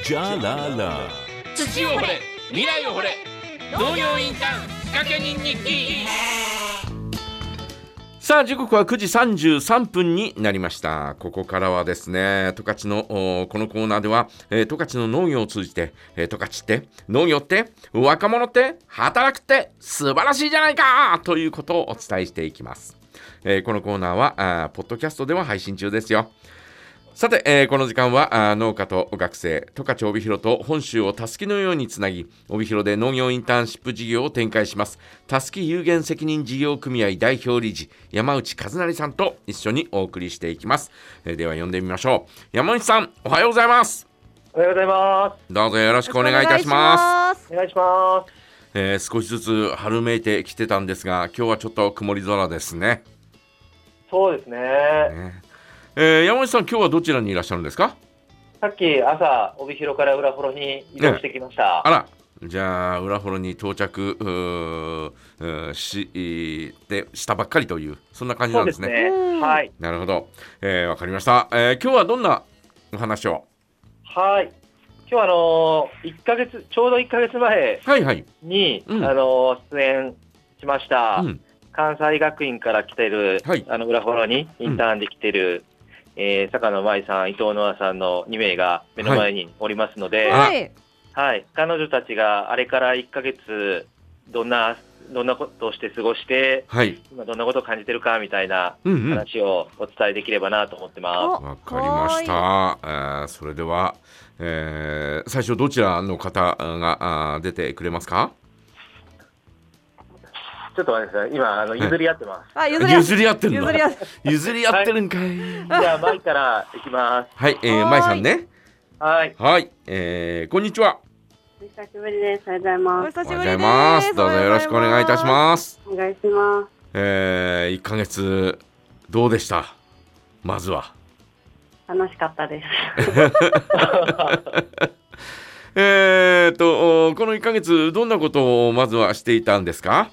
じゃらら土を掘れ未来を掘れ農業インターン仕掛け人日記。 さあ時刻は9時33分になりました。ここからはですね、十勝のこのコーナーでは、十勝の農業を通じて、十勝って農業って若者って働くって素晴らしいじゃないかということをお伝えしていきます。このコーナーはポッドキャストでは配信中ですよ。さて、この時間は農家と学生、十勝帯広と本州をたすきのようにつなぎ、帯広で農業インターンシップ事業を展開しますたすき有限責任事業組合代表理事山内和成さんと一緒にお送りしていきます。では呼んでみましょう。山内さん、おはようございます。 おはようございます。 どうぞよろしくお願いいたします。 お願いします。 少しずつ春めいてきてたんですが、今日はちょっと曇り空ですね。 そうですね。 山内さん、今日はどちらにいらっしゃるんですか？ さっき朝帯広から浦幌に移動してきました。 あら、じゃあ浦幌に到着したばっかりというそんな感じなんですね。 そうですね。はい。 なるほど、わかりました。今日はどんなお話を？ はい。今日は1ヶ月ちょうど1ヶ月前はいはい、 に、 うん出演しました、 うん、 関西学院から来てる、 はい、 浦幌にインターンで来てる、坂野舞さん、伊藤ノアさんの2名が目の前におりますので、 ははい、彼女たちがあれから1ヶ月どんなことをして過ごしてはい、 今どんなことを感じてるかみたいなうんうん、 話をお伝えできればなと思ってまわかりました。それでは、最初どちらの方が出てくれますか？ す。ちょっと待ってください。今譲り合ってます。 譲り合ってるの？譲り合ってるんかい。 じゃあ舞からいきます。 はい、舞さんね。 はい。 はい、こんにちは。 お久しぶりです。おはようございます。 おはようございます。どうぞよろしくお願いいたします。 お願いします。 1ヶ月どうでした？まずは楽しかったです。 この1ヶ月どんなことをまずはしていたんですか？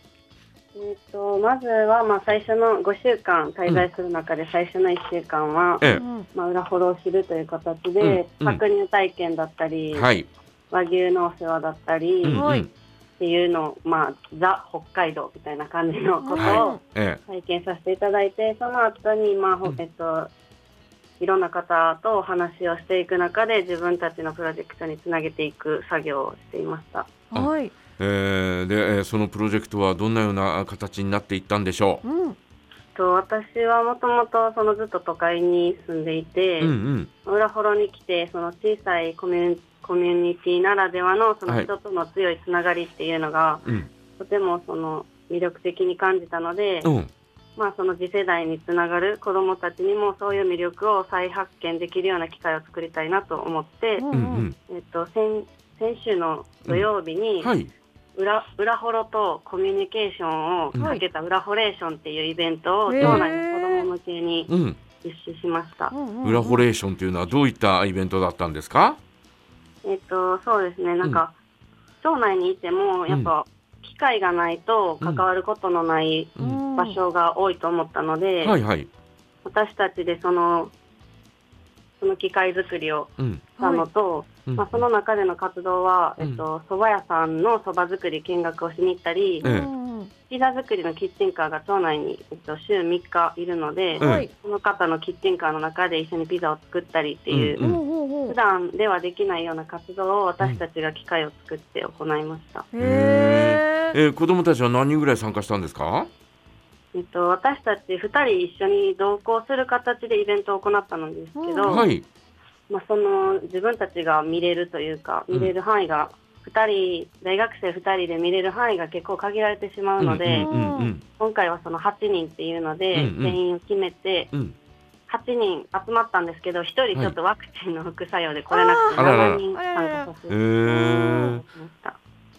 まずは最初の5週間滞在する中で最初の1週間は、裏幌を知るという形で、搾乳体験だったり、 はい、 和牛のお世話だったり、っていうのを、ザ・北海道みたいな感じのことを体験させていただいて、その後に、いろんな方とお話をしていく中で自分たちのプロジェクトにつなげていく作業をしていました。 はい。でそのプロジェクトはどんなような形になっていったんでしょう？ 私はもともとずっと都会に住んでいて、浦幌に来てその小さいコミュニティならではのその人との強いつながりっていうのが、とてもその魅力的に感じたので、その次世代につながる子どもたちにもそういう魅力を再発見できるような機会を作りたいなと思って、先週の土曜日に、裏幌とコミュニケーションをかけた裏ホレーションっていうイベントを町内の子ども向けに実施しました。 裏ホレーションというのはどういったイベントだったんですか？ そうですね、なんか、町内にいてもやっぱ機会がないと関わることのない場所が多いと思ったので、私たちでその機械作りをしたのと、その中での活動は、蕎麦屋さんの蕎麦作り見学をしに行ったり、ピザ作りのキッチンカーが町内に、週3日いるので、その方のキッチンカーの中で一緒にピザを作ったりっていう、普段ではできないような活動を私たちが機械を作って行いました。 子どもたちは何人ぐらい参加したんですか？ 私たち2人一緒に同行する形でイベントを行ったのですけど、その自分たちが見れるというか、見れる範囲が大学生2人で見れる範囲が結構限られてしまうので、今回はその8人っていうので全員を決めて、8人集まったんですけど、1人ちょっとワクチンの副作用で来れなくて7人参加させていただきました。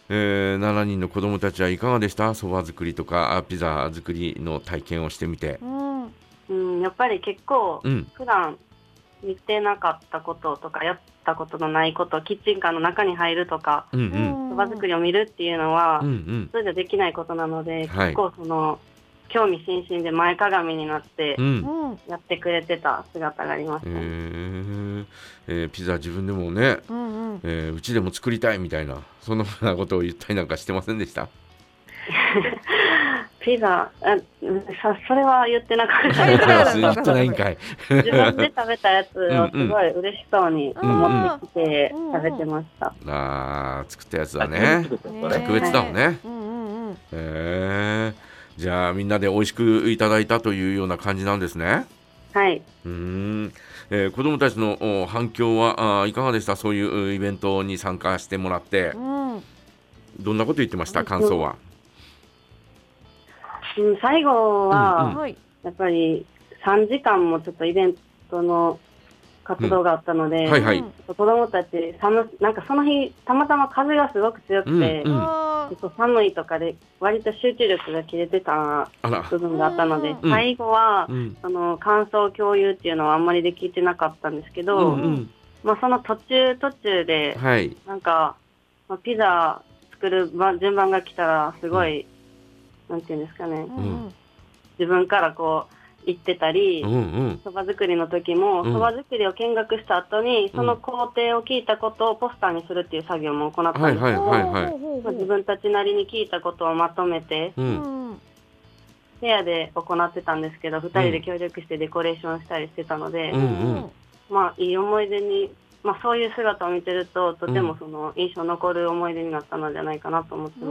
7人の子どもたちはいかがでした？そば作りとかピザ作りの体験をしてみて。 やっぱり結構、普段見てなかったこととかやったことのないこと、キッチンカーの中に入るとか、そば作りを見るっていうのは、それじゃできないことなので、結構その興味津々で前かがみになってやってくれてた姿がありました。 ピザ自分でもね、うちでも作りたいみたいな、そんなふうなことを言ったりなんかしてませんでした？ ピザ、それは言ってなかった言ってないんかい。 自分で食べたやつをすごい嬉しそうに持ってきて食べてました。 作ったやつはね、特別だもんね。じゃあみんなで美味しくいただいたというような感じなんですね。 はい。 子どもたちの反響はいかがでした？そういうイベントに参加してもらって、どんなこと言ってました？感想は。 最後はやっぱり3時間もちょっとイベントの活動があったので、子どもたちなんかその日たまたま風がすごく強くて、寒いとかで割と集中力が切れてた部分があったので、最後はその感想共有っていうのはあんまりできてなかったんですけど、その途中でなんか、ピザ作る順番が来たらすごい、なんていうんですかね、自分からこう行ってたり、そば作りの時もそば作りを見学した後にその工程を聞いたことをポスターにするっていう作業も行ったんですけど、自分たちなりに聞いたことをまとめて、ペアで行ってたんですけど、2人で協力してデコレーションしたりしてたので、いい思い出に、そういう姿を見てるととてもその印象残る思い出になったのじゃないかなと思ってます。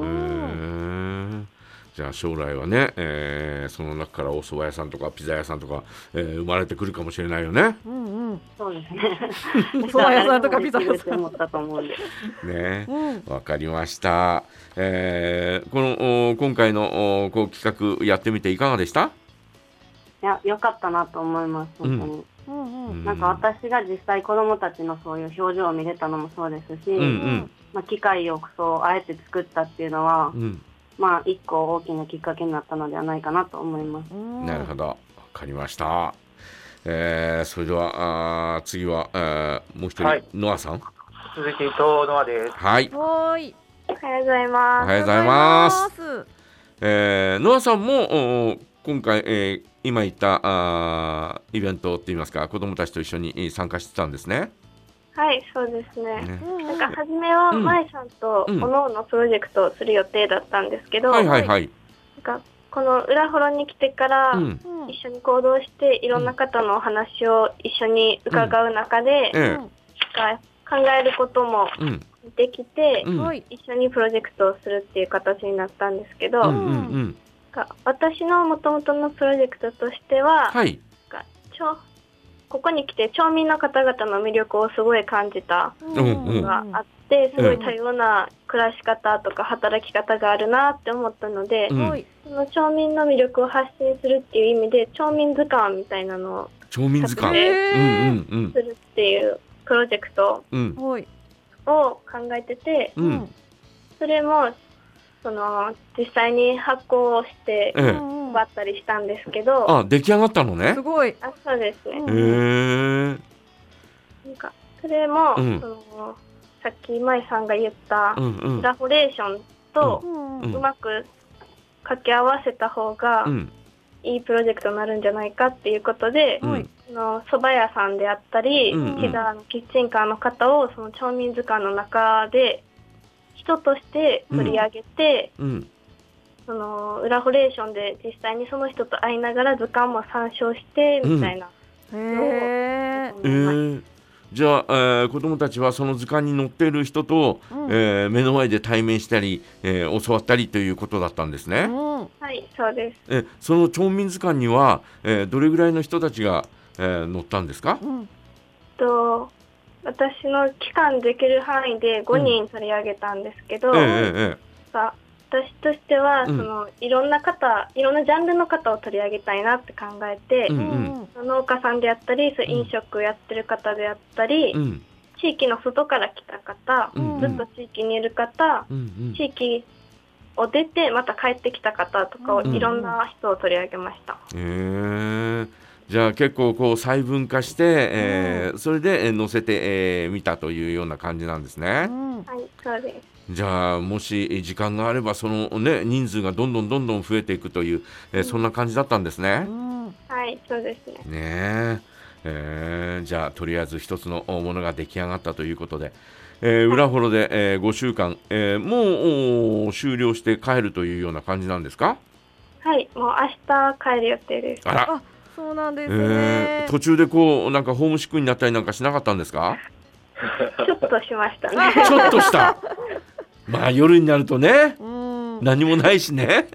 じゃあ将来はね、その中からお蕎麦屋さんとかピザ屋さんとか、生まれてくるかもしれないよね。 そうですね。 お蕎麦屋さんとかピザ屋さん思ったと思うんで。 ね、わかりました。この今回の企画やってみていかがでした？ いや、良かったなと思います。本当に。なんか私が実際子どもたちのそういう表情を見れたのもそうですし、機械をあえて作ったっていうのは。一個大きなきっかけになったのではないかなと思います。 なるほど、わかりました。それでは次は、もう一人、ノアさん。 続き伊藤ノアです。 はい。 おはようございます。 おはようございます。ノアさんも今回、今言ったイベントっていいますか、子どもたちと一緒に参加してたんですね。 はい、そうですね。なんか初めは舞さんとおのおのプロジェクトをする予定だったんですけど、なんかこの裏ホロに来てから一緒に行動していろんな方のお話を一緒に伺う中で、考えることもできて、一緒にプロジェクトをするっていう形になったんですけど、私の元々のプロジェクトとしては、ここに来て町民の方々の魅力をすごい感じたのがあって、すごい多様な暮らし方とか働き方があるなって思ったので、その町民の魅力を発信するっていう意味で町民図鑑みたいなのを作成するっていうプロジェクトを考えてて、それもその実際に発行をして配ったりしたんですけど、 出来上がったのね。 すごい。 そうですね。なんかそれも、そのさっき舞さんが言ったコラボレーションとうまく掛け合わせた方がいいプロジェクトになるんじゃないかっていうことで、蕎麦屋さんであったり、ピザのキッチンカーの方をその町民図鑑の中で人として取り上げて、その裏ホレーションで実際にその人と会いながら図鑑も参照してみたいなのを、 じゃあ、子どもたちはその図鑑に載っている人と、目の前で対面したり、教わったりということだったんですね。 はい、そうです。 その町民図鑑には、どれぐらいの人たちが、載ったんですか？ 私の期間できる範囲で5人取り上げたんですけど、私としてはそのいろんなジャンルの方を取り上げたいなって考えて、農家さんであったり、飲食やってる方であったり、地域の外から来た方、ずっと地域にいる方、地域を出てまた帰ってきた方とかをいろんな人を取り上げました。 じゃあ結構こう細分化して、それで載せてみたというような感じなんですね。 はい、そうです。 じゃあもし時間があればその、人数がどんどん増えていくという、そんな感じだったんですね。 はい、そうですね。 じゃあとりあえず一つのものが出来上がったということで、裏幌で、5週間、もう終了して帰るというような感じなんですか？ はい、もう明日帰る予定です。 あら、 そうなんですね。 途中でこうなんかホームシックになったりなんかしなかったんですか？ ちょっとしましたね。 ちょっとしたまあ夜になるとね、何もないしね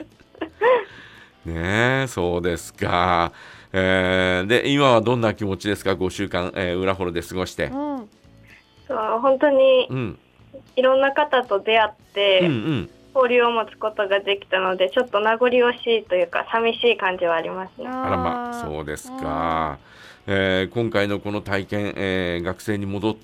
ねえ、そうですか。で今はどんな気持ちですか？5週間、裏幌で過ごして。 そう、本当にいろんな方と出会って、交流を持つことができたので、ちょっと名残惜しいというか寂しい感じはありますね。 あらまあ、そうですか。今回のこの体験、学生に戻って、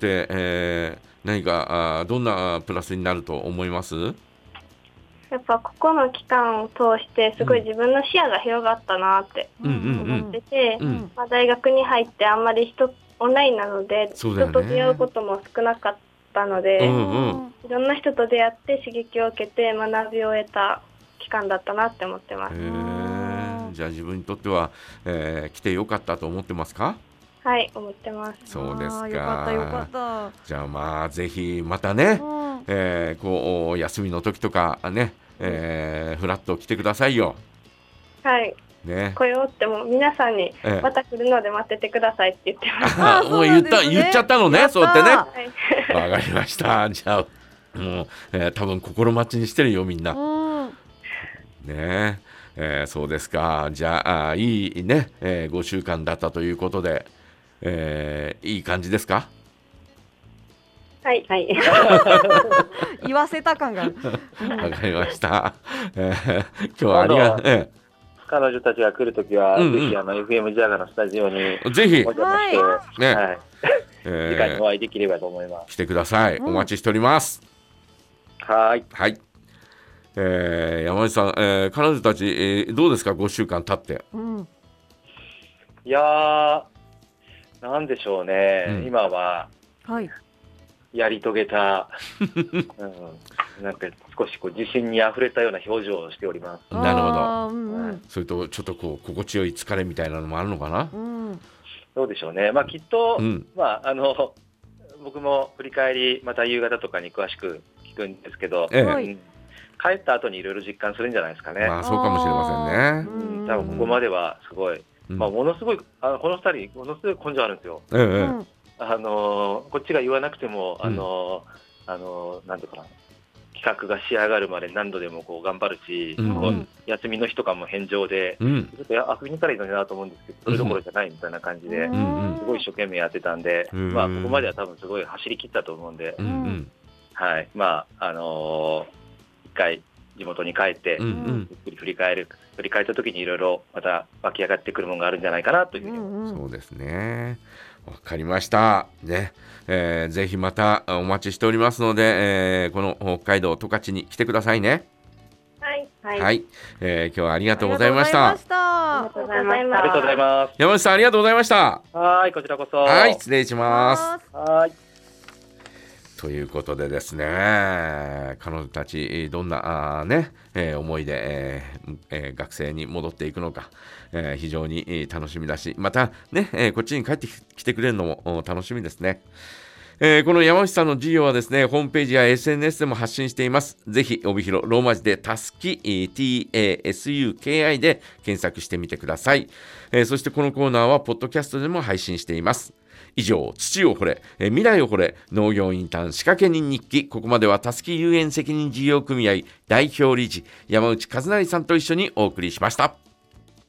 何かどんなプラスになると思います？ やっぱここの期間を通してすごい自分の視野が広がったなって思ってて、大学に入ってあんまりオンラインなので、人と出会うことも少なかったので、いろんな人と出会って刺激を受けて学びを得た期間だったなって思ってます。 じゃあ自分にとっては、来てよかったと思ってますか？ はい、思ってます。 そうですか。 よかったよかった。 じゃあまあぜひまたね、こう休みの時とかね、フラッと来てくださいよ。 はい。 ね、 来ようっても皆さんにまた来るので待っててくださいって言ってます。 もう言っちゃったのね、そうやってね。わかりました。じゃあもう、多分心待ちにしてるよみんな。ね、そうですか。じゃあいいね、5週間だったということで、いい感じですか？ はいはい。 言わせた感が。わかりました。今日はありがとう。 彼女たちが来るときは、ぜひFM ジャガのスタジオにぜひお邪魔して、次回にお会いできればと思います。 来てください。お待ちしております。 はい。 はい。山内さん、彼女たち、どうですか？5週間経って。 いやー、なんでしょうね。今は、やり遂げた、なんか少しこう自信にあふれたような表情をしております。 なるほど。それとちょっとこう心地よい疲れみたいなのもあるのかな。 そうでしょうね。まあきっと、僕も振り返りまた夕方とかに詳しく聞くんですけど、帰った後にいろいろ実感するんじゃないですかね。 まあそうかもしれませんね。 多分ここまではすごい、ものすごいこの2人ものすごい根性あるんですよ。こっちが言わなくてもなんていうかな、企画が仕上がるまで何度でもこう頑張るし、休みの日とかも返上で、ちょっと遊びに行ったらいいのになと思うんですけど、それどころじゃないみたいな感じで、すごい一生懸命やってたんで、ここまでは多分すごい走り切ったと思うんで、はい、一回地元に帰って、ゆっくり振り返った時にいろいろまた湧き上がってくるものがあるんじゃないかなというふうに思います。 そうですね。わかりましたね。ぜひまたお待ちしておりますので、この北海道十勝に来てくださいね。はい。今日はありがとうございました。 ありがとうございました。 ありがとうございます。 山内さんありがとうございました。 はい、こちらこそ。 はい、失礼します。 はい。 ということでですね、彼女たちどんな思いで、学生に戻っていくのか、非常に楽しみだし、またね、こっちに帰ってきてくれるのも楽しみですね。この山内さんの授業はですね、ホームページや SNS でも発信しています。ぜひ帯広ローマ字でたすき TASUKI で検索してみてください。そしてこのコーナーはポッドキャストでも配信しています。以上、土を掘れ、未来を掘れ、農業インターン仕掛け人日記。ここまではたすき有限責任事業組合代表理事山内和成さんと一緒にお送りしました。